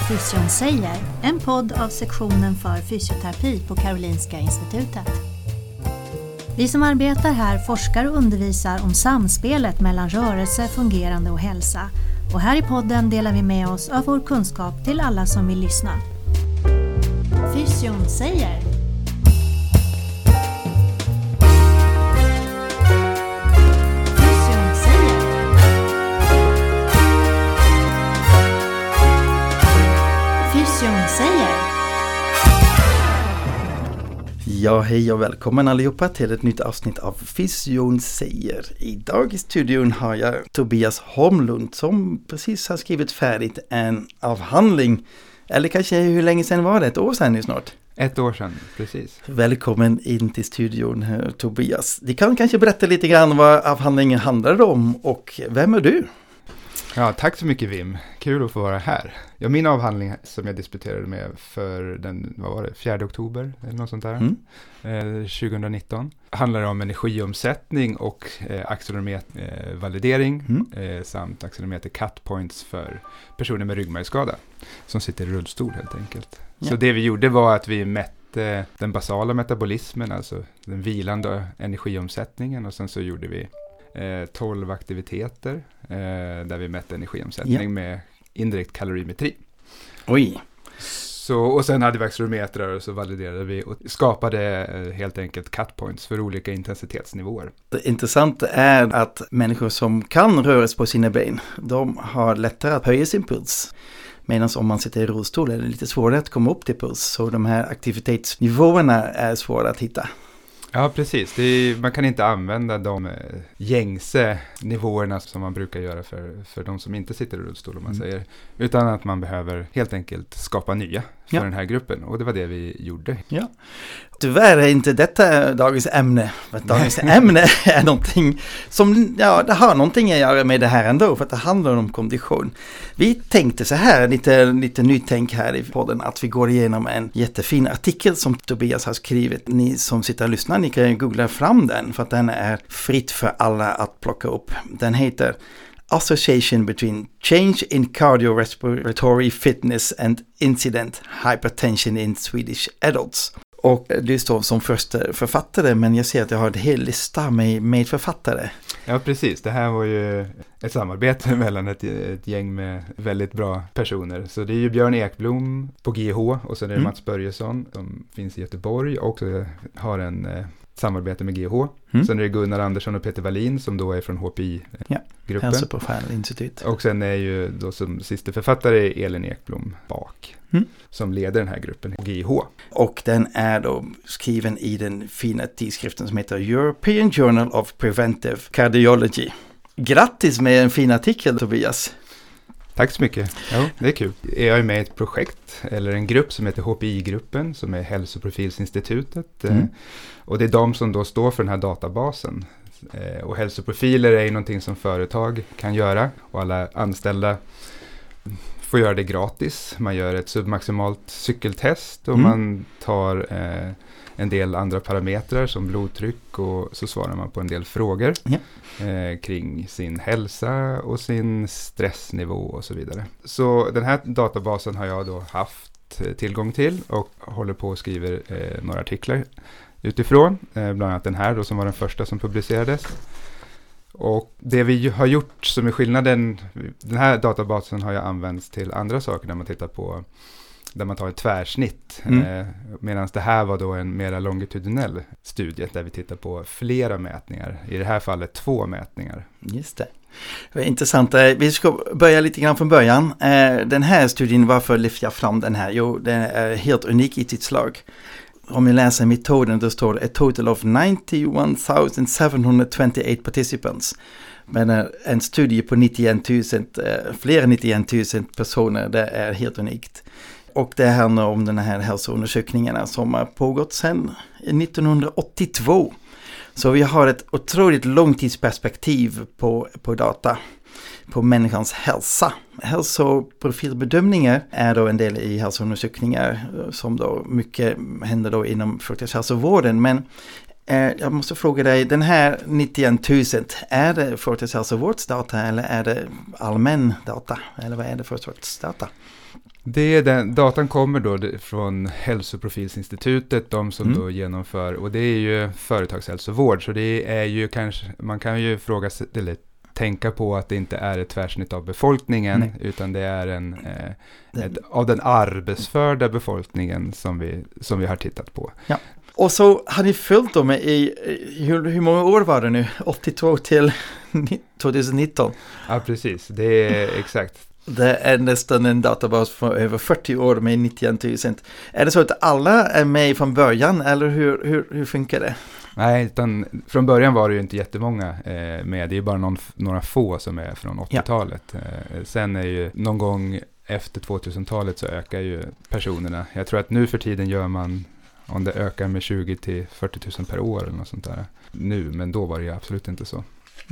Fysion säger, en podd av sektionen för fysioterapi på Karolinska institutet. Vi som arbetar här forskar och undervisar om samspelet mellan rörelse, fungerande och hälsa. Och här i podden delar vi med oss av vår kunskap till alla som vill lyssna. Fysion säger. Ja, hej och välkommen allihopa till ett nytt avsnitt av Fysion säger. Idag i studion har jag Tobias Holmlund som precis har skrivit färdigt en avhandling. Eller kanske hur länge sedan var det? Ett år sedan nu snart. Ett år sedan, precis. Välkommen in till studion, Tobias. Du kan kanske berätta lite grann vad avhandlingen handlar om och vem är du? Ja, tack så mycket Wim. Kul att få vara här. Ja, min avhandling som jag disputerade med för den, 4 oktober eller något sånt där, 2019, handlar om energiomsättning och accelerometervalidering samt accelerometer cut points för personer med ryggmärgsskada som sitter i rullstol helt enkelt. Ja. Så det vi gjorde var att vi mätte den basala metabolismen, alltså den vilande energiomsättningen, och sen så gjorde vi 12 aktiviteter där vi mätte energiomsättning med indirekt kalorimetri. Oj. Så, och sen hade vi accelerometrar och så validerade vi och skapade helt enkelt cut points för olika intensitetsnivåer. Det intressanta är att människor som kan röra sig på sina ben, de har lättare att höja sin puls. Medan om man sitter i rullstol är det lite svårare att komma upp till puls. Så de här aktivitetsnivåerna är svåra att hitta. Ja, precis. Man kan inte använda de gängse nivåerna som man brukar göra för de som inte sitter i rullstol, om man säger. Utan att man behöver helt enkelt skapa nya för den här gruppen. Och det var det vi gjorde. Ja. Tyvärr är inte detta dagens ämne. För dagens ämne är någonting som, det har någonting att göra med det här ändå. För att det handlar om kondition. Vi tänkte så här, lite nytänk här i podden, att vi går igenom en jättefin artikel som Tobias har skrivit. Ni som sitter och lyssnar, ni kan googla fram den, för att den är fritt för alla att plocka upp. Den heter Association between change in cardiorespiratory fitness and incident hypertension in Swedish adults. Och du står som första författare, men jag ser att jag har en hel lista med författare. Ja, precis. Det här var ju ett samarbete mellan ett gäng med väldigt bra personer. Så det är ju Björn Ekblom på GH och sen är det Mats Börjesson som finns i Göteborg och har en samarbete med GH. Sen är det Gunnar Andersson och Peter Wallin som då är från HPI-gruppen. Hälsoprofilinstitut. Och sen är ju då som sista författare Elin Ekblom bak som leder den här gruppen, GH. Och den är då skriven i den fina tidskriften som heter European Journal of Preventive Cardiology. Grattis med en fin artikel, Tobias. Tack så mycket. Ja, det är kul. Jag är med i ett projekt, eller en grupp som heter HPI-gruppen, som är Hälsoprofilsinstitutet. Och det är de som då står för den här databasen. Och hälsoprofiler är ju någonting som företag kan göra. Och alla anställda får göra det gratis. Man gör ett submaximalt cykeltest och man tar en del andra parametrar som blodtryck, och så svarar man på en del frågor kring sin hälsa och sin stressnivå och så vidare. Så den här databasen har jag då haft tillgång till och håller på och skriver några artiklar utifrån. Bland annat den här då, som var den första som publicerades. Och det vi har gjort som är skillnaden, den här databasen har jag använts till andra saker när man tittar på, där man tar ett tvärsnitt. Medan det här var då en mera longitudinell studie där vi tittar på flera mätningar. I det här fallet 2 mätningar. Just det. Det är intressant. Vi ska börja lite grann från början. Den här studien, varför lyfter jag fram den här? Jo, den är helt unik i sitt slag. Om jag läser metoden, då står det a total of 91,728 participants. Men en studie på 91 000, fler än 91 000 personer, det är helt unikt. Och det handlar om den här hälsoundersökningarna som har pågått sedan 1982. Så vi har ett otroligt långtidsperspektiv på data, på människans hälsa. Hälsoprofilbedömningar är då en del i hälsoundersökningar som då mycket händer då inom företagshälsovården. Men jag måste fråga dig, den här 91 000, är det företagshälsovårdsdata eller är det allmän data? Eller vad är det för sorts data? Datan kommer då från Hälsoprofilsinstitutet, de som då genomför, och det är ju företagshälsovård, så det är ju kanske, man kan ju fråga sig, eller tänka på att det inte är ett tvärsnitt av befolkningen, utan det är av den arbetsförda befolkningen som vi har tittat på. Ja. Och så har ni följt dem i hur många år var det nu? 82 till 2019? Ja, precis. Det är exakt. Det är nästan en databas för över 40 år med 91 000. Är det så att alla är med från början, eller hur funkar det? Nej, utan från början var det ju inte jättemånga med. Det är bara några få som är från 80-talet. Sen är ju någon gång efter 2000-talet så ökar ju personerna. Jag tror att nu för tiden gör man, om det ökar med 20 till 40 000 per år eller något sånt där nu, men då var det ju absolut inte så.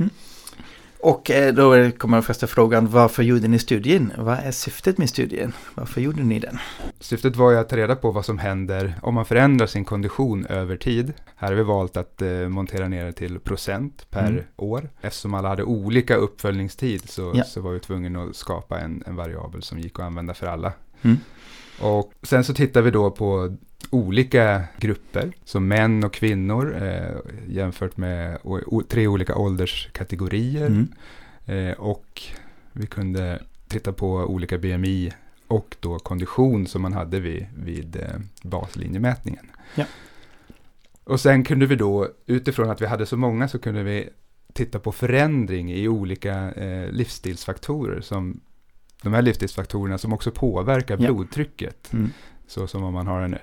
Och då kommer första frågan, varför gjorde ni studien? Vad är syftet med studien? Varför gjorde ni den? Syftet var ju att ta reda på vad som händer om man förändrar sin kondition över tid. Här har vi valt att montera ner det till procent per år. Eftersom alla hade olika uppföljningstid så var vi tvungna att skapa en variabel som gick att använda för alla. Och sen så tittar vi då på olika grupper, som män och kvinnor jämfört med 3 olika ålderskategorier. Och vi kunde titta på olika BMI och då kondition som man hade vid baslinjemätningen. Ja. Och sen kunde vi då, utifrån att vi hade så många, så kunde vi titta på förändring i olika livsstilsfaktorer, som de här livsstilsfaktorerna som också påverkar blodtrycket. Så som om man har en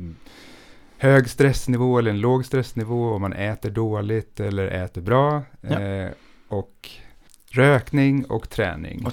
hög stressnivå eller en låg stressnivå, om man äter dåligt eller äter bra, och rökning och träning.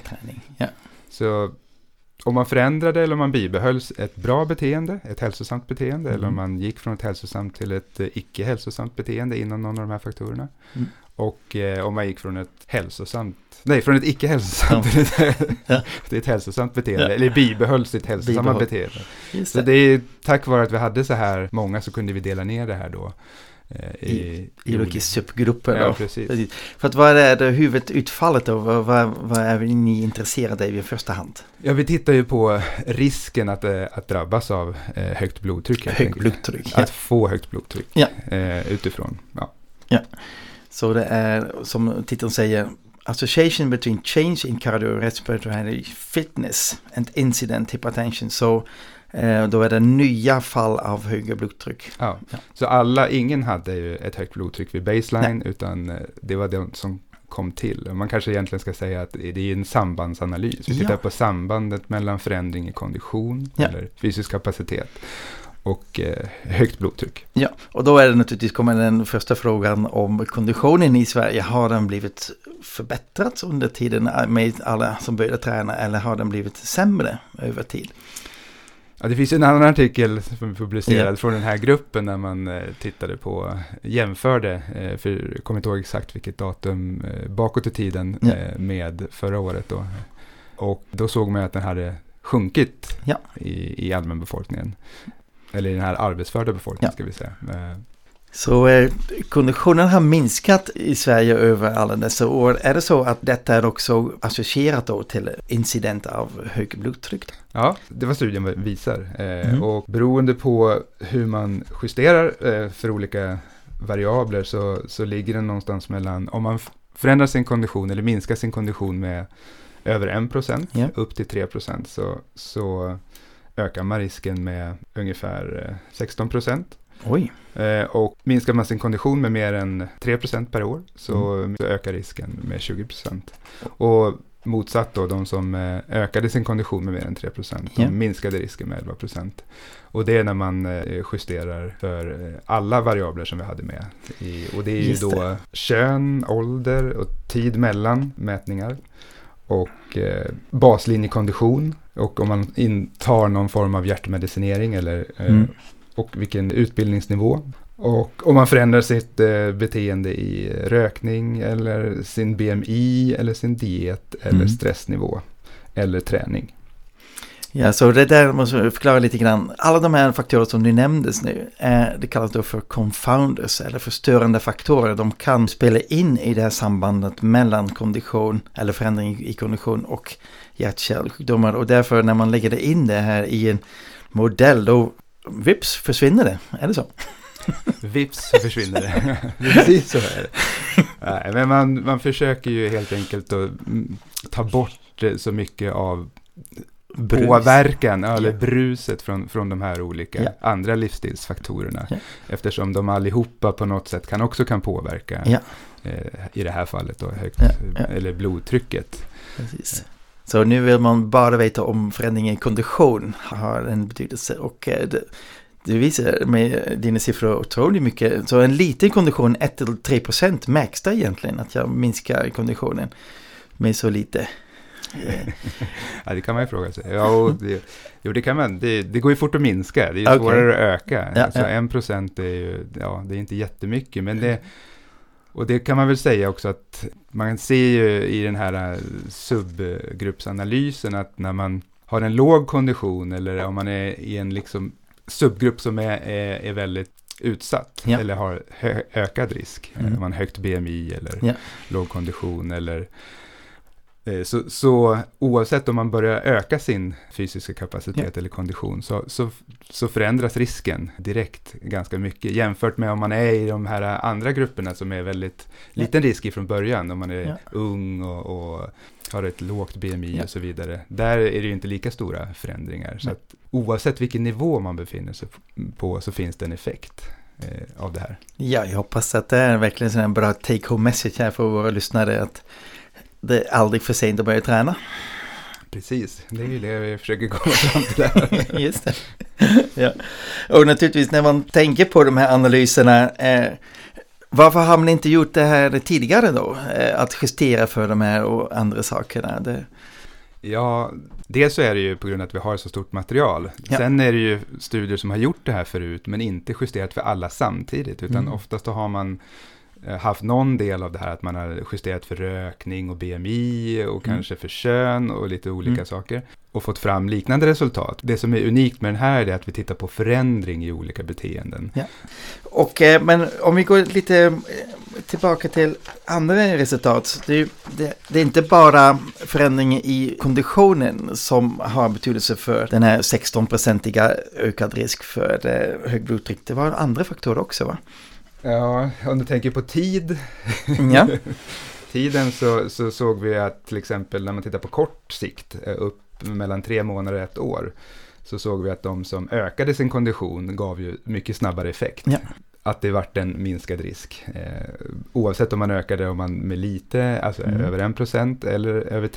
Så om man förändrade eller om man bibehölls ett bra beteende, ett hälsosamt beteende, eller om man gick från ett hälsosamt till ett icke-hälsosamt beteende inom någon av de här faktorerna. Och om man gick från ett icke-hälsosamt till ett hälsosamt beteende, eller bibehöll sitt hälsosamma beteende. Så det är tack vare att vi hade så här många, så kunde vi dela ner det här då i olika subgrupper. Ja, precis. För att vad är det huvudutfallet då? Vad är ni intresserade av i första hand? Ja, vi tittar ju på risken att drabbas av högt blodtryck. Att få högt blodtryck utifrån. Ja. Så det är, som titeln säger, association between change in cardiorespiratory fitness and incident hypertension. Så då är det nya fall av högre blodtryck. Ja. Så ingen hade ju ett högt blodtryck vid baseline, utan det var det som kom till. Man kanske egentligen ska säga att det är en sambandsanalys. Vi tittar på sambandet mellan förändring i kondition eller fysisk kapacitet och högt blodtryck. Ja, och då är det naturligtvis kommer den första frågan om konditionen i Sverige. Har den blivit förbättrats under tiden med alla som började träna, eller har den blivit sämre över tid? Ja, det finns en annan artikel som är publicerad från den här gruppen när man tittade på, jämförde, för jag kommer inte ihåg exakt vilket datum bakåt i tiden med förra året då. Och då såg man att den hade sjunkit i allmänbefolkningen. Eller i den här arbetsförda befolkningen ska vi säga. Så konditionen har minskat i Sverige över alla dessa år. Är det så att detta är också associerat då till incident av högt blodtryck? Ja, det var studien visar. Och beroende på hur man justerar för olika variabler så ligger den någonstans mellan, om man förändrar sin kondition eller minskar sin kondition med över 1% upp till 3%, så ökar man risken med ungefär 16%. Oj. Och minskar man sin kondition med mer än 3% per år så ökar risken med 20%. Och motsatt då, de som ökade sin kondition med mer än 3%, de minskade risken med 11%. Och det är när man justerar för alla variabler som vi hade med. Och det är ju då kön, ålder och tid mellan mätningar. Och baslinjekondition, och om man intar någon form av hjärtmedicinering eller och vilken utbildningsnivå. Och om man förändrar sitt beteende i rökning eller sin BMI eller sin diet eller stressnivå eller träning. Ja, så det där måste jag förklara lite grann. Alla de här faktorer som du nämndes nu, det kallas då för confounders eller förstörande faktorer. De kan spela in i det här sambandet mellan kondition eller förändring i kondition och hjärt-kärlsjukdomar. Och därför när man lägger in det här i en modell, då vips försvinner det. Är det så? Vips försvinner det. Precis så är det. Nej, men man försöker ju helt enkelt att ta bort så mycket av påverkan eller bruset från de här olika andra livsstilsfaktorerna. Ja. Eftersom de allihopa på något sätt kan påverka i det här fallet då, eller blodtrycket. Precis. Så nu vill man bara veta om förändring i kondition har en betydelse, och du visar med dina siffror otroligt mycket. Så en liten kondition, 1-3% max där egentligen, att jag minskar konditionen med så lite. Ja, det kan man ju fråga sig. Ja, det kan man. Det går ju fort att minska. Det är ju svårare att öka. Ja, alltså 1% är ju, det är inte jättemycket. Men och det kan man väl säga också att man ser ju i den här subgruppsanalysen att när man har en låg kondition eller om man är i en liksom subgrupp som är väldigt utsatt eller har ökad risk. Man har högt BMI eller låg kondition eller så oavsett om man börjar öka sin fysiska kapacitet eller kondition så förändras risken direkt ganska mycket jämfört med om man är i de här andra grupperna som är väldigt liten risk ifrån början, om man är ung och har ett lågt BMI och så vidare. Där är det ju inte lika stora förändringar. Så att oavsett vilken nivå man befinner sig på så finns det en effekt av det här. Ja, jag hoppas att det är verkligen en bra take-home message här för våra lyssnare, att det är aldrig för sent att börja träna. Precis, det är ju det vi försöker komma fram till där. Just det. Ja. Och naturligtvis när man tänker på de här analyserna, varför har man inte gjort det här tidigare då? Att justera för de här och andra sakerna? Ja, dels så är det ju på grund av att vi har så stort material. Sen är det ju studier som har gjort det här förut men inte justerat för alla samtidigt, utan oftast då har man haft någon del av det här att man har justerat för rökning och BMI och kanske för kön och lite olika saker och fått fram liknande resultat. Det som är unikt med den här är att vi tittar på förändring i olika beteenden. Ja. Och, men om vi går lite tillbaka till andra resultat. Det är inte bara förändring i konditionen som har betydelse för den här 16-procentiga ökad risk för hög blodtryck. Det var andra faktorer också, va? Ja, om du tänker på tid. Ja. Tiden så såg vi att till exempel när man tittar på kort sikt, upp mellan 3 månader och 1 år, så såg vi att de som ökade sin kondition gav ju mycket snabbare effekt. Ja. Att det vart en minskad risk. Oavsett om man ökade med lite, alltså över 1% eller över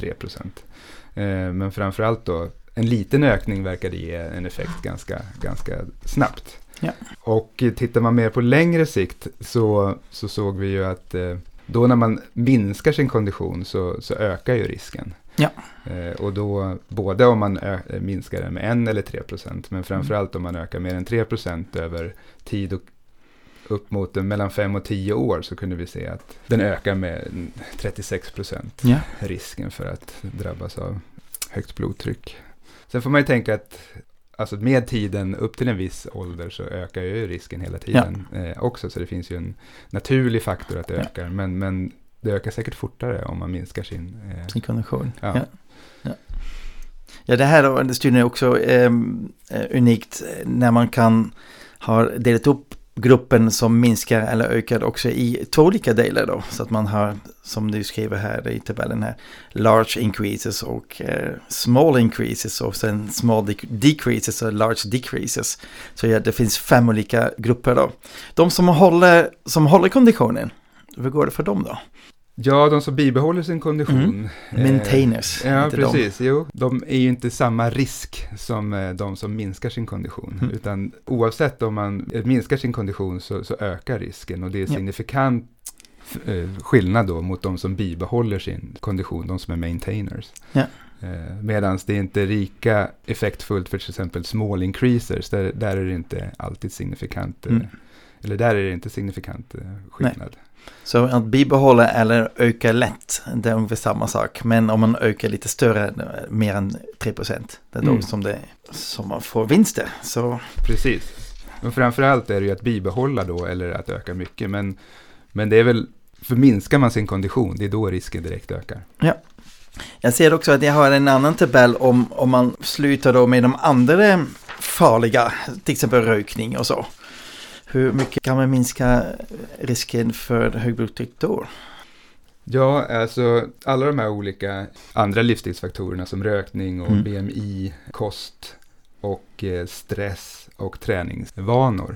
3%. Men framförallt då, en liten ökning verkade ge en effekt ganska snabbt. Ja. Och tittar man mer på längre sikt så såg vi ju att då när man minskar sin kondition så ökar ju risken. Ja. Och då både om man minskar den med 1 eller 3%, men framförallt om man ökar mer än 3% över tid och upp mot mellan 5 och 10 år, så kunde vi se att den ökar med 36% risken för att drabbas av högt blodtryck. Sen får man ju tänka att alltså med tiden upp till en viss ålder så ökar ju risken hela tiden också, så det finns ju en naturlig faktor att det ökar, men det ökar säkert fortare om man minskar sin kondition. Ja, det här studien är också unikt när man kan ha delat upp gruppen som minskar eller ökar också i 2 olika delar då, så att man har, som du skriver här i tabellen här, large increases och small increases och sen small decreases och large decreases. Så det finns 5 olika grupper då. De som håller konditionen, hur går det för dem då? Ja, de som bibehåller sin kondition. Maintainers. Ja, precis. De är ju inte samma risk som de som minskar sin kondition. Utan oavsett om man minskar sin kondition så ökar risken. Och det är signifikant skillnad då mot de som bibehåller sin kondition, de som är maintainers. Ja. Medan det är inte lika effektfullt för till exempel small increasers. Där är det inte alltid signifikant. Eller där är det inte signifikant skillnad. Så att bibehålla eller öka lätt, det är ungefär samma sak. Men om man ökar lite större, mer än 3%, det är då som man får vinster. Så. Precis. Men framförallt är det ju att bibehålla då eller att öka mycket. Men det är väl, för minskar man sin kondition, det är då risken direkt ökar. Ja. Jag ser också att jag har en annan tabell om man slutar då med de andra farliga, till exempel rökning och så. Hur mycket kan man minska risken för högblodtryck då? Ja, alltså alla de här olika andra livsstilsfaktorerna som rökning och BMI, kost och stress och träningsvanor.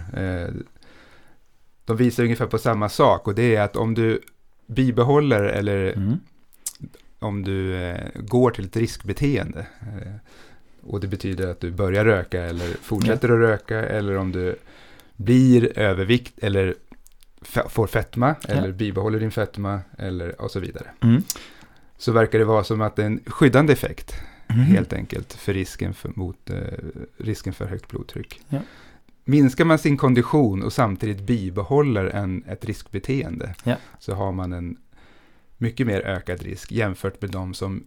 De visar ungefär på samma sak, och det är att om du bibehåller eller om du går till ett riskbeteende, och det betyder att du börjar röka eller fortsätter att röka, eller om du blir övervikt eller får fetma eller bibehåller din fetma eller och så vidare. Så verkar det vara som att det är en skyddande effekt helt enkelt för risken för högt blodtryck. Ja. Minskar man sin kondition och samtidigt bibehåller ett riskbeteende, så har man en mycket mer ökad risk jämfört med de som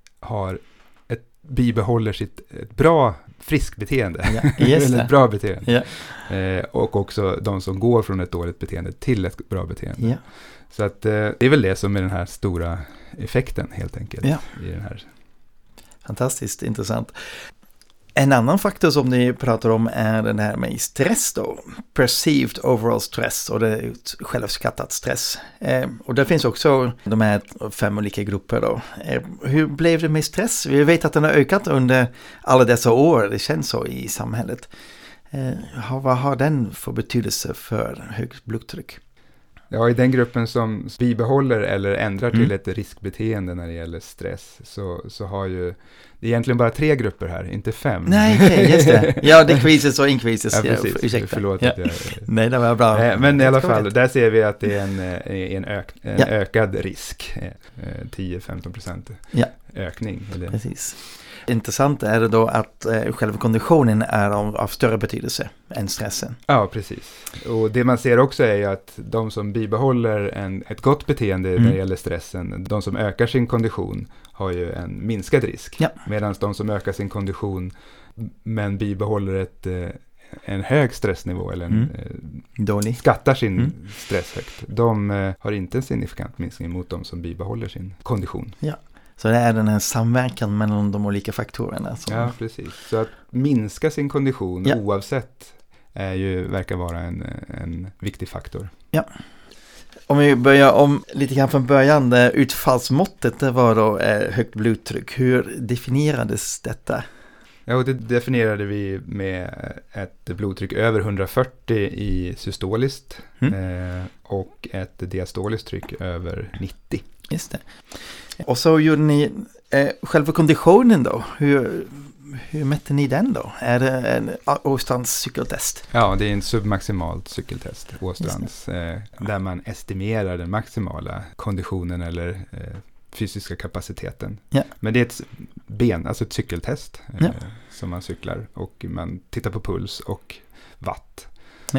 bibehåller ett bra friskbeteende. Eller ett bra beteende. Och också de som går från ett dåligt beteende till ett bra beteende. Så att det är väl det som är den här stora effekten helt enkelt. I den här. Fantastiskt intressant. En annan faktor som ni pratar om är den här med stress då. Perceived overall stress, och det är självskattat stress. Och det finns också de här 5 olika grupper då. Hur blev det med stress? Vi vet att den har ökat under alla dessa år, det känns så i samhället. Vad har den för betydelse för högt blodtryck? Ja, i den gruppen som bibehåller eller ändrar till ett riskbeteende när det gäller stress, så har ju det är egentligen bara 3 grupper här, inte 5. Nej, okej, just det. Ja, decreases och increases. Ja, precis. Ursäkta. Förlåt att jag... Nej, det var bra. Men i alla fall, där ser vi att det är en ökad risk. 10-15% ökning. Eller? Precis. Intressant är det då att själva konditionen är av större betydelse än stressen. Ja, precis. Och det man ser också är ju att de som bibehåller ett gott beteende när det gäller stressen, de som ökar sin kondition har ju en minskad risk. Ja. Medan de som ökar sin kondition men bibehåller en hög stressnivå eller skattar sin stress högt, de har inte en signifikant minskning mot de som bibehåller sin kondition. Ja. Så det är den här samverkan mellan de olika faktorerna. Ja, precis. Så att minska sin kondition oavsett verkar vara en viktig faktor. Ja. Om vi börjar om lite grann från början, utfallsmåttet, det var då högt blodtryck. Hur definierades detta? Ja, och det definierade vi med ett blodtryck över 140 i systoliskt och ett diastoliskt tryck över 90. Just det. Och så gjorde ni själva konditionen då. Hur mätte ni den då? Är det en Åstrands cykeltest? Ja, det är en submaximalt cykeltest, Åstrands, där man estimerar den maximala konditionen eller fysiska kapaciteten. Ja. Men det är ett cykeltest som man cyklar, och man tittar på puls och watt. Ja.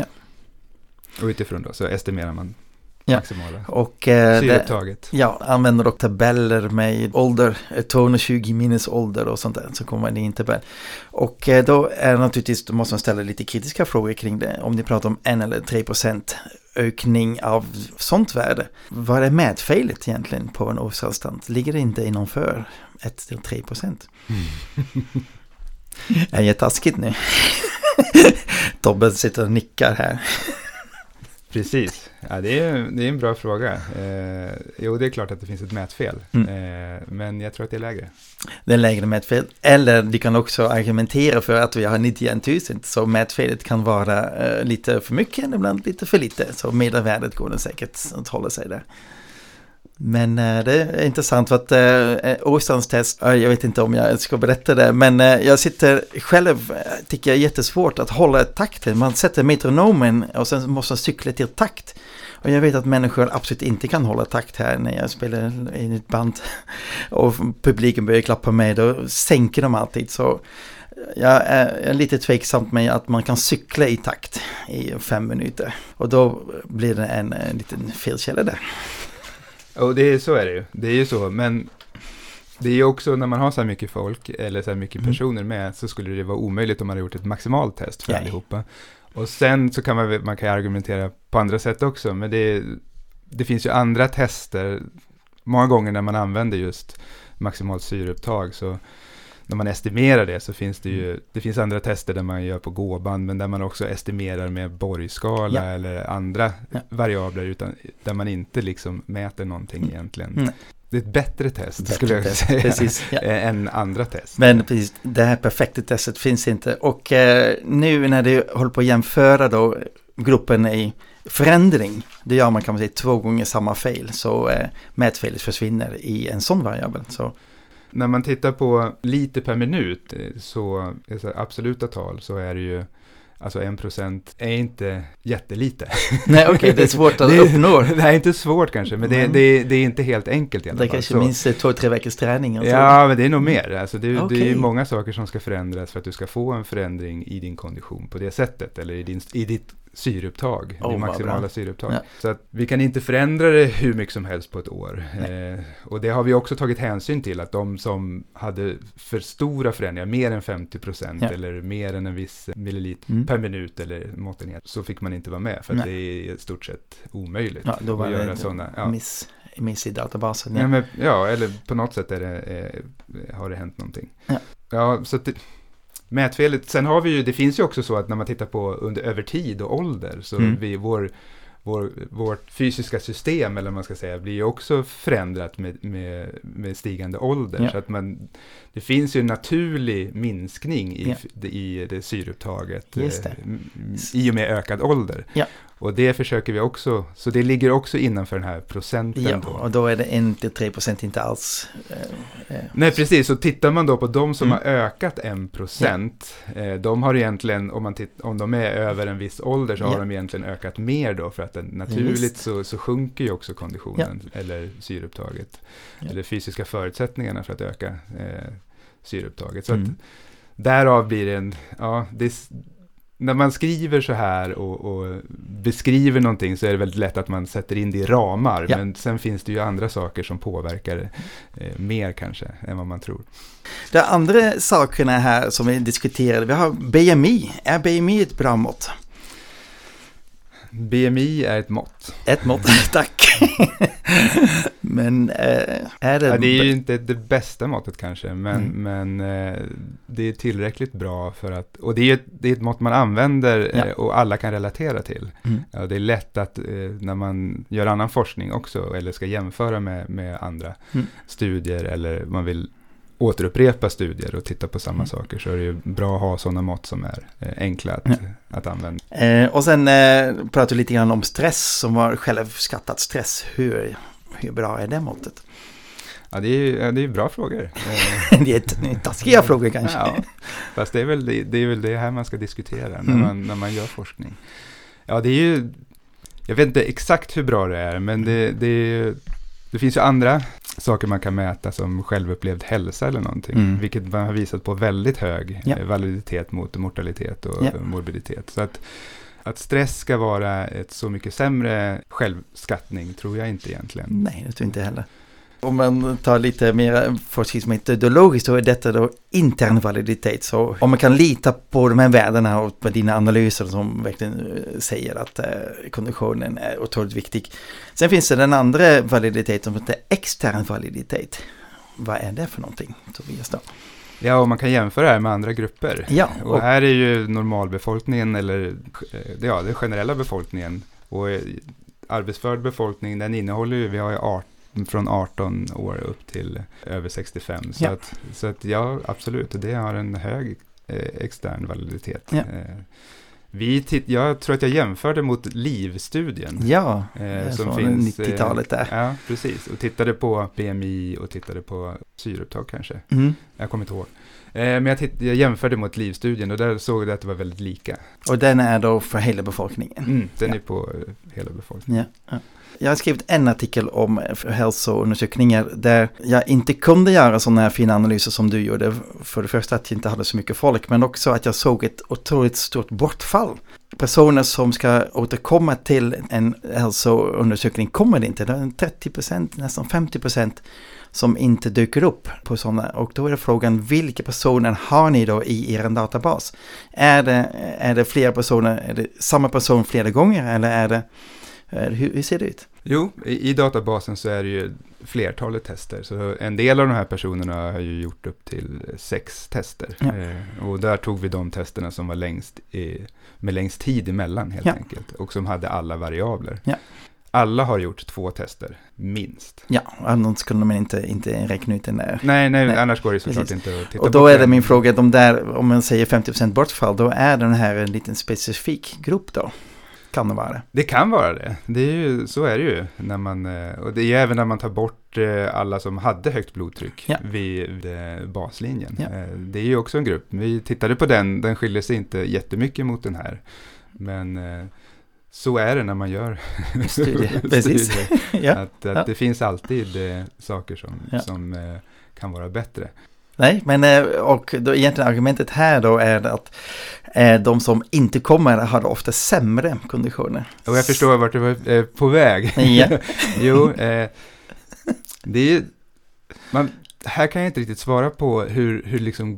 Och utifrån då så estimerar man maximala syreupptaget. Använder dock tabeller med ålder, 220 minus ålder och sånt där, så kommer man in i en tabell. Och då är naturligtvis, då måste man ställa lite kritiska frågor kring det. Om ni pratar om 1 eller 3% ökning av sånt värde, vad är mätfelet egentligen på en årsavstånd? Ligger det inte innanför 1-3%? Är jag taskigt nu? Tobbe sitter och nickar här. Precis. Ja, det är en bra fråga. Jo, det är klart att det finns ett mätfel. Men jag tror att det är lägre. Det är lägre mätfel. Eller de kan också argumentera för att vi har 91 000. Så mätfelet kan vara lite för mycket, ibland lite för lite. Så medelvärdet går det säkert att hålla sig där. Men det är intressant för att Åstrands test, jag vet inte om jag ska berätta det, men jag sitter själv, tycker jag är jättesvårt att hålla takten. Man sätter metronomen och sen måste man cykla till takt. Och jag vet att människor absolut inte kan hålla takt här när jag spelar i ett band och publiken börjar klappa med, då sänker de alltid. Så Jag är lite tveksam med att man kan cykla i takt i 5 minuter. Och då blir det en liten felkälla där. Och så är det ju. Det är ju så, men det är ju också när man har så här mycket folk eller så här mycket personer med, så skulle det vara omöjligt om man hade gjort ett maximalt test för allihopa. Och sen så kan man kan argumentera på andra sätt också, men det finns ju andra tester många gånger när man använder just maximalt syreupptag, så när man estimerar det så finns det finns andra tester där man gör på gåband, men där man också estimerar med Borgskala eller andra variabler där man inte liksom mäter någonting egentligen. Det är ett bättre test skulle jag säga, precis, än andra test. Men precis, det här perfekta testet finns inte. Och nu när det håller på att jämföra då gruppen i förändring, det gör man kan man säga 2 gånger samma fel, så mätfelet försvinner i en sån variabel. Så när man tittar på liter per minut, så absoluta tal, så är det ju, alltså 1% är inte jättelite. Nej, okej, det är svårt att uppnå. Det är inte svårt kanske, men det är inte helt enkelt i alla fall. Det kanske minst 2-3 veckors träning. Ja, men det är nog mer. Alltså det är ju många saker som ska förändras för att du ska få en förändring i din kondition på det sättet, eller i ditt syreupptag, det maximala syreupptag. Ja. Så att vi kan inte förändra det hur mycket som helst på ett år. Och det har vi också tagit hänsyn till, att de som hade för stora förändringar, mer än 50% eller mer än en viss milliliter per minut eller måttenhet, så fick man inte vara med, för att det är i stort sett omöjligt då var att göra det sådana. Miss i databasen. Eller på något sätt har det hänt någonting. Så att mätfelet, sen har vi ju, det finns ju också så att när man tittar på över tid och ålder, så vårt fysiska system, eller man ska säga, blir ju också förändrat med stigande ålder. Så att det finns ju en naturlig minskning i det syreupptaget i och med ökad ålder. Och det försöker vi också, så det ligger också innanför den här procenten. Då. Och då är det 1-3% inte alls. Nej, precis. Så tittar man då på de som har ökat 1%, de har egentligen, om de är över en viss ålder, så har de egentligen ökat mer då, för att naturligt så sjunker ju också konditionen eller syreupptaget, eller fysiska förutsättningarna för att öka syreupptaget. Så att därav blir det när man skriver så här och beskriver någonting, så är det väldigt lätt att man sätter in det i ramar. Men sen finns det ju andra saker som påverkar mer kanske än vad man tror. De andra sakerna här som vi diskuterade, vi har BMI. Är BMI ett bra mått? BMI är ett mått. Ett mått, tack. Men är det... det är ju inte det bästa måttet kanske, men det är tillräckligt bra för att... Och det är ett mått man använder och alla kan relatera till. Det är lätt att när man gör annan forskning också, eller ska jämföra med andra studier, eller man vill återupprepa studier och titta på samma saker, så är det ju bra att ha sådana mått som är enkla att använda. Och sen pratar vi lite grann om stress, som har självskattat stress. Hur bra är det måttet? Ja, det är bra frågor. Det är taskiga frågor kanske. Ja, fast det är väl det här man ska diskutera när man gör forskning. Ja, det är ju... Jag vet inte exakt hur bra det är, men det finns ju andra saker man kan mäta, som självupplevd hälsa eller någonting, vilket man har visat på väldigt hög validitet mot mortalitet och morbiditet. Så att stress ska vara ett så mycket sämre självskattning tror jag inte egentligen. Nej, det tror jag inte heller. Om man tar lite mer forskningsmetodologiskt, så är detta då intern validitet. Så om man kan lita på de här värdena och på dina analyser som verkligen säger att konditionen är otroligt viktig. Sen finns det den andra validiteten som heter extern validitet. Vad är det för någonting, Tobias då? Ja, och man kan jämföra det här med andra grupper. Ja, och här är ju normalbefolkningen, eller den generella befolkningen, och arbetsförd befolkning, den innehåller ju, vi har ju från 18 år upp till över 65. Så att ja, absolut. Det har en hög extern validitet. Ja. Jag tror att jag jämförde mot LIV-studien. Ja, som finns 90-talet där. Ja, precis. Och tittade på BMI och tittade på syreupptag kanske. Jag kommer inte ihåg. Men jag jämförde mot LIV-studien, och där såg jag att det var väldigt lika. Och den är då för hela befolkningen? Den är på hela befolkningen. Ja. Jag har skrivit en artikel om hälsoundersökningar där jag inte kunde göra sådana här fina analyser som du gjorde. För det första att jag inte hade så mycket folk, men också att jag såg ett otroligt stort bortfall. Personer som ska återkomma till en hälsoundersökning kommer det inte. Det är 30%, nästan 50% som inte dyker upp på sådana. Och då är det frågan, vilka personer har ni då i er databas? Är det flera personer, är det samma person flera gånger, eller är det, hur ser det ut? Jo, i databasen så är det ju flertalet tester. Så en del av de här personerna har ju gjort upp till 6 tester. Ja. Och där tog vi de testerna som var med längst tid emellan helt enkelt. Och som hade alla variabler. Ja. Alla har gjort 2 tester, minst. Ja, annars skulle man inte räkna ut den där. Nej, annars går det såklart inte att titta på. Och då är det min fråga, de där, om man säger 50% bortfall, då är den här en liten specifik grupp då? Kan det vara det? Det kan vara det. Det är ju, så är det ju. Och det är ju även när man tar bort alla som hade högt blodtryck vid baslinjen. Ja. Det är ju också en grupp. Vi tittade på den skiljer sig inte jättemycket mot den här. Men så är det när man gör studier. Precis. Att det finns alltid saker som kan vara bättre. Nej, men och då egentligen argumentet här då är att de som inte kommer har ofta sämre konditioner. Och jag förstår vart du var på väg. Ja. Jo, det är ju, här kan jag inte riktigt svara på hur liksom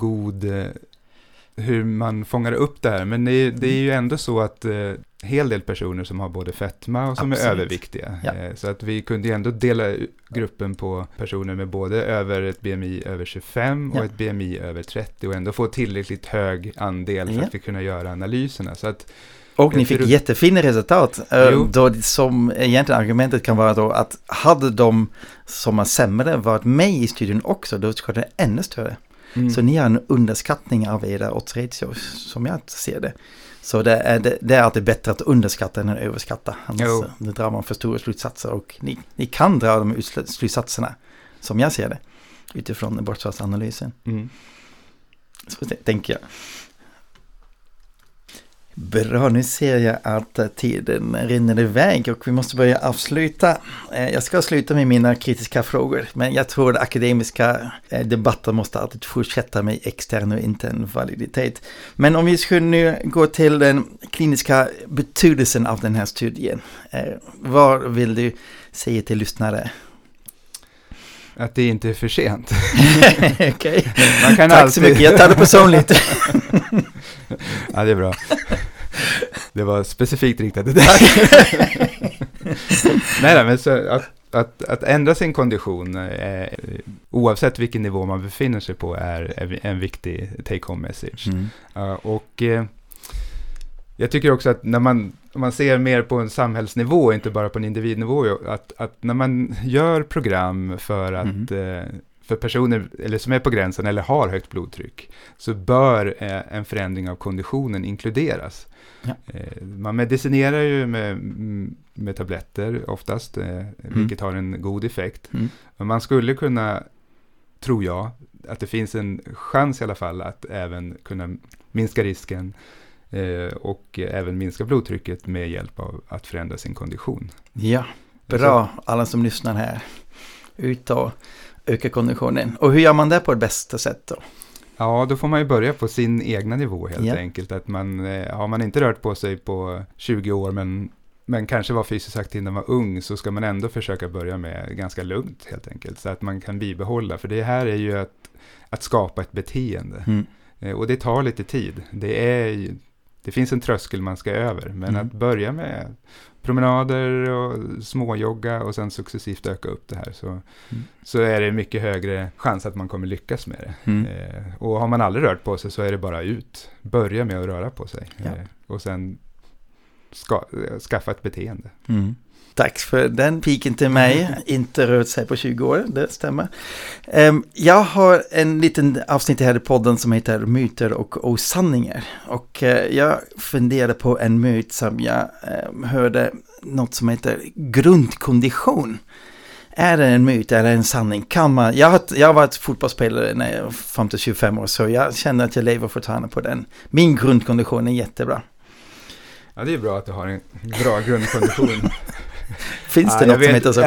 hur man fångar upp det här. Men det är ju ändå så att hel del personer som har både fetma och som är överviktiga. Ja. Så att vi kunde ju ändå dela gruppen på personer med både över ett BMI över 25 och ett BMI över 30 och ändå få tillräckligt hög andel för att vi kunna göra analyserna. Så att, och ni fick jättefina resultat. Då som egentligen argumentet kan vara då att hade de som är sämre varit med i studien också, då skulle det ännu större. Så ni har en underskattning av era oddsratio som jag ser det. Så det är alltid bättre att underskatta än att överskatta. Annars drar man för stora slutsatser och ni kan dra de slutsatserna som jag ser det utifrån bortfallsanalysen. Så tänker jag. Bra, nu ser jag att tiden rinner iväg och vi måste börja avsluta. Jag ska sluta med mina kritiska frågor, men jag tror att akademiska debatter måste alltid fortsätta med extern och intern validitet. Men om vi skulle nu gå till den kliniska betydelsen av den här studien, vad vill du säga till lyssnare? Att det inte är för sent. Okej. Tack så mycket, jag tar det personligt. Ja, det är bra. Det var specifikt riktat till dig. Nej, men så att ändra sin kondition, oavsett vilken nivå man befinner sig på, är en viktig take-home message. Och jag tycker också att när man ser mer på en samhällsnivå, inte bara på en individnivå, att när man gör program för personer eller som är på gränsen eller har högt blodtryck, så bör en förändring av konditionen inkluderas. Ja. Man medicinerar ju med tabletter oftast, vilket har en god effekt. Men man skulle kunna, tror jag, att det finns en chans i alla fall att även kunna minska risken och även minska blodtrycket med hjälp av att förändra sin kondition. Ja, bra. Alla som lyssnar här, ut och öka konditionen. Och hur gör man det på det bästa sätt då? Ja, då får man ju börja på sin egna nivå helt enkelt. Att har man inte rört på sig på 20 år men kanske var fysiskt aktiv när man var ung, så ska man ändå försöka börja med ganska lugnt helt enkelt. Så att man kan bibehålla. För det här är ju att skapa ett beteende. Och det tar lite tid. Det finns en tröskel man ska över. Men att börja med promenader och småjogga och sen successivt öka upp det här, så är det mycket högre chans att man kommer lyckas med det. Och har man aldrig rört på sig, så är det bara ut. Börja med att röra på sig. Och sen skaffa ett beteende. Tack för den piken till mig. Inte rört sig på 20 år, det stämmer. Jag har en liten avsnitt här i podden som heter Myter och osanningar. Och jag funderade på en myt som jag hörde, något som heter grundkondition. Är det en myt eller en sanning? Jag har varit fotbollsspelare när jag var fram till 25 år, så jag känner att jag lever fortfarande på den. Min grundkondition är jättebra. Ja, det är bra att du har en bra grundkondition. Finns det något som heter så?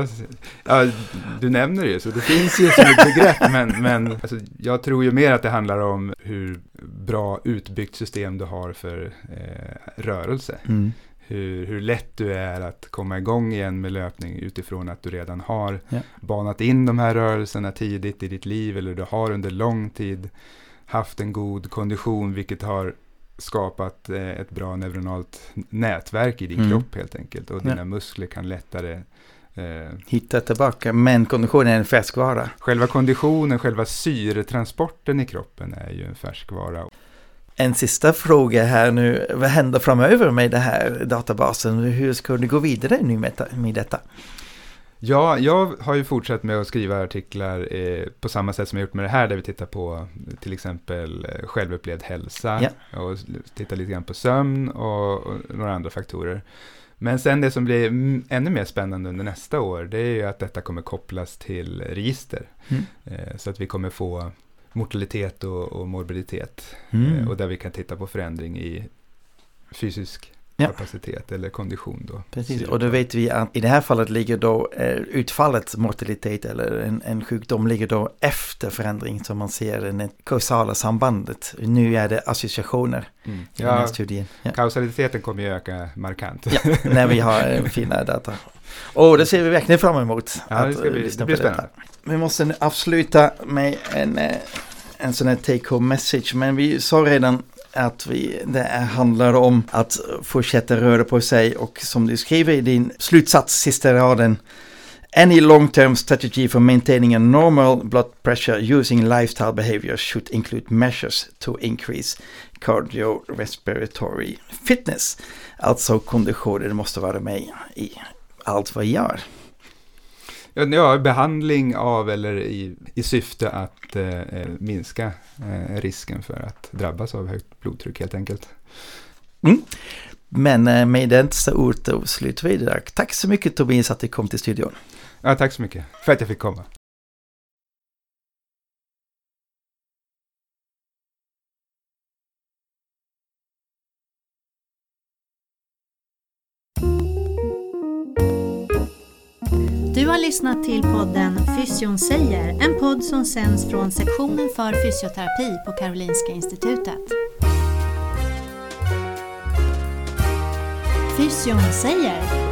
Ja, du nämner det ju, så det finns ju som ett begrepp, men alltså, jag tror ju mer att det handlar om hur bra utbyggt system du har för rörelse. Hur lätt du är att komma igång igen med löpning utifrån att du redan har banat in de här rörelserna tidigt i ditt liv, eller du har under lång tid haft en god kondition, vilket har skapat ett bra neuronalt nätverk i din kropp helt enkelt, och dina muskler kan lättare hitta tillbaka, men konditionen är en färskvara. Själva konditionen, själva syretransporten i kroppen är ju en färskvara. En sista fråga här nu, vad händer framöver med den här databasen? Hur ska du gå vidare nu med detta? Ja, jag har ju fortsatt med att skriva artiklar på samma sätt som jag gjort med det här, där vi tittar på till exempel självupplevd hälsa och tittar lite grann på sömn och några andra faktorer. Men sen det som blir ännu mer spännande under nästa år, det är ju att detta kommer kopplas till register. Så att vi kommer få mortalitet och morbiditet, och där vi kan titta på förändring i fysisk kapacitet eller kondition då. Precis, och då vet vi att i det här fallet ligger då utfallet mortalitet eller en sjukdom ligger då efter förändring, som man ser det kausala sambandet. Nu är det associationer i den här studien. Kausaliteten kommer ju öka markant. När vi har fina data. Och det ser vi verkligen fram emot. Ja, det blir spännande. Vi måste nu avsluta med en sån här take-home message, men vi sa redan att det handlar om att fortsätta röra på sig, och som du skriver i din slutsats, sista raden: any long-term strategy for maintaining a normal blood pressure using lifestyle behaviors should include measures to increase cardiorespiratory fitness. Alltså konditionen måste vara med i allt vad vi gör. Ja, behandling av eller i syfte att minska risken för att drabbas av högt blodtryck helt enkelt. Men med dessa ord då slutar vi där. Tack så mycket, Tobias, att du kom till studion. Ja, tack så mycket för att jag fick komma. Du har lyssnat till podden Fysion säger, en podd som sänds från sektionen för fysioterapi på Karolinska institutet. Fysion säger.